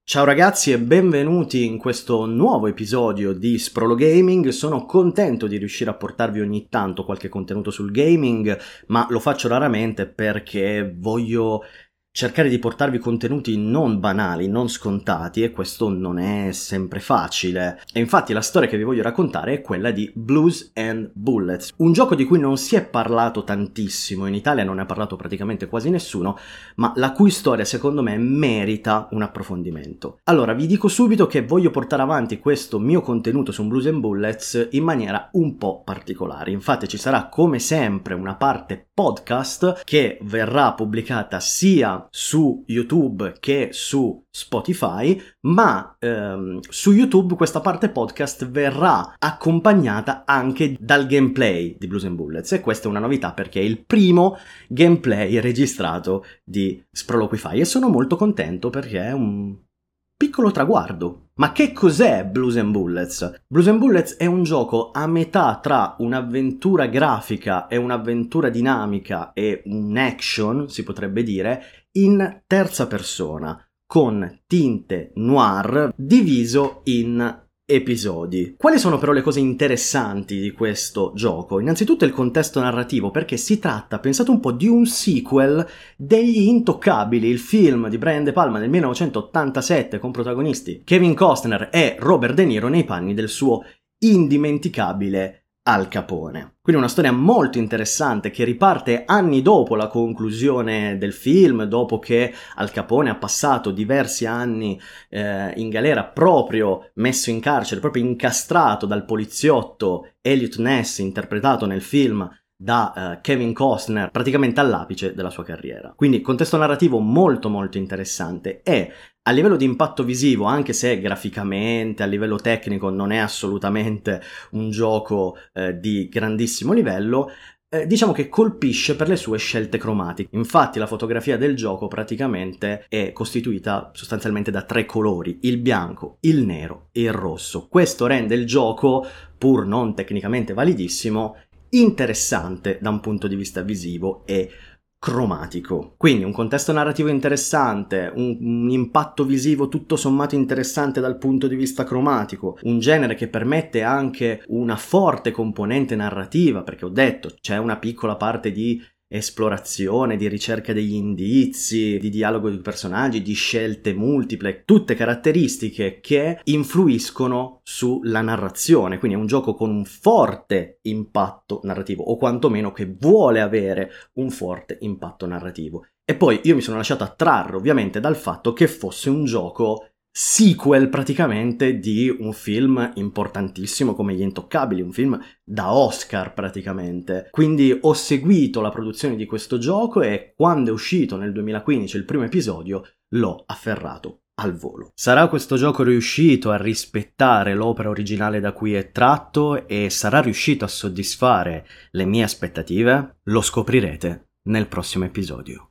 Ciao ragazzi e benvenuti in questo nuovo episodio di Sprolo Gaming. Sono contento di riuscire a portarvi ogni tanto qualche contenuto sul gaming, ma lo faccio raramente perché voglio cercare di portarvi contenuti non banali, non scontati, e questo non è sempre facile. E infatti la storia che vi voglio raccontare è quella di Blues and Bullets, un gioco di cui non si è parlato tantissimo, in Italia non ne ha parlato praticamente quasi nessuno, ma la cui storia secondo me merita un approfondimento. Allora, vi dico subito che voglio portare avanti questo mio contenuto su Blues and Bullets in maniera un po' particolare. Infatti ci sarà come sempre una parte podcast che verrà pubblicata sia su YouTube che su Spotify, ma su YouTube questa parte podcast verrà accompagnata anche dal gameplay di Blues and Bullets, e questa è una novità perché è il primo gameplay registrato di Sproloquify e sono molto contento perché è un piccolo traguardo. Ma che cos'è Blues and Bullets? Blues and Bullets è un gioco a metà tra un'avventura grafica e un'avventura dinamica e un action, si potrebbe dire, in terza persona, con tinte noir, diviso in episodi. Quali sono però le cose interessanti di questo gioco? Innanzitutto il contesto narrativo, perché si tratta, pensate un po', di un sequel degli Intoccabili, il film di Brian De Palma del 1987 con protagonisti Kevin Costner e Robert De Niro nei panni del suo indimenticabile Al Capone. Quindi una storia molto interessante che riparte anni dopo la conclusione del film, dopo che Al Capone ha passato diversi anni in galera, proprio messo in carcere, proprio incastrato dal poliziotto Elliot Ness, interpretato nel film da Kevin Costner, praticamente all'apice della sua carriera. Quindi contesto narrativo molto molto interessante, e a livello di impatto visivo, anche se graficamente, a livello tecnico non è assolutamente un gioco di grandissimo livello, diciamo che colpisce per le sue scelte cromatiche. Infatti la fotografia del gioco praticamente è costituita sostanzialmente da 3 colori: il bianco, il nero e il rosso. Questo rende il gioco, pur non tecnicamente validissimo, interessante da un punto di vista visivo e cromatico. Quindi un contesto narrativo interessante, un impatto visivo tutto sommato interessante dal punto di vista cromatico, un genere che permette anche una forte componente narrativa, perché ho detto c'è una piccola parte di esplorazione, di ricerca degli indizi, di dialogo di personaggi, di scelte multiple, tutte caratteristiche che influiscono sulla narrazione. Quindi è un gioco con un forte impatto narrativo, o quantomeno che vuole avere un forte impatto narrativo. E poi io mi sono lasciato attrarre ovviamente dal fatto che fosse un gioco sequel praticamente di un film importantissimo come Gli Intoccabili, un film da Oscar praticamente. Quindi ho seguito la produzione di questo gioco e quando è uscito nel 2015 il primo episodio l'ho afferrato al volo. Sarà questo gioco riuscito a rispettare l'opera originale da cui è tratto e sarà riuscito a soddisfare le mie aspettative? Lo scoprirete nel prossimo episodio.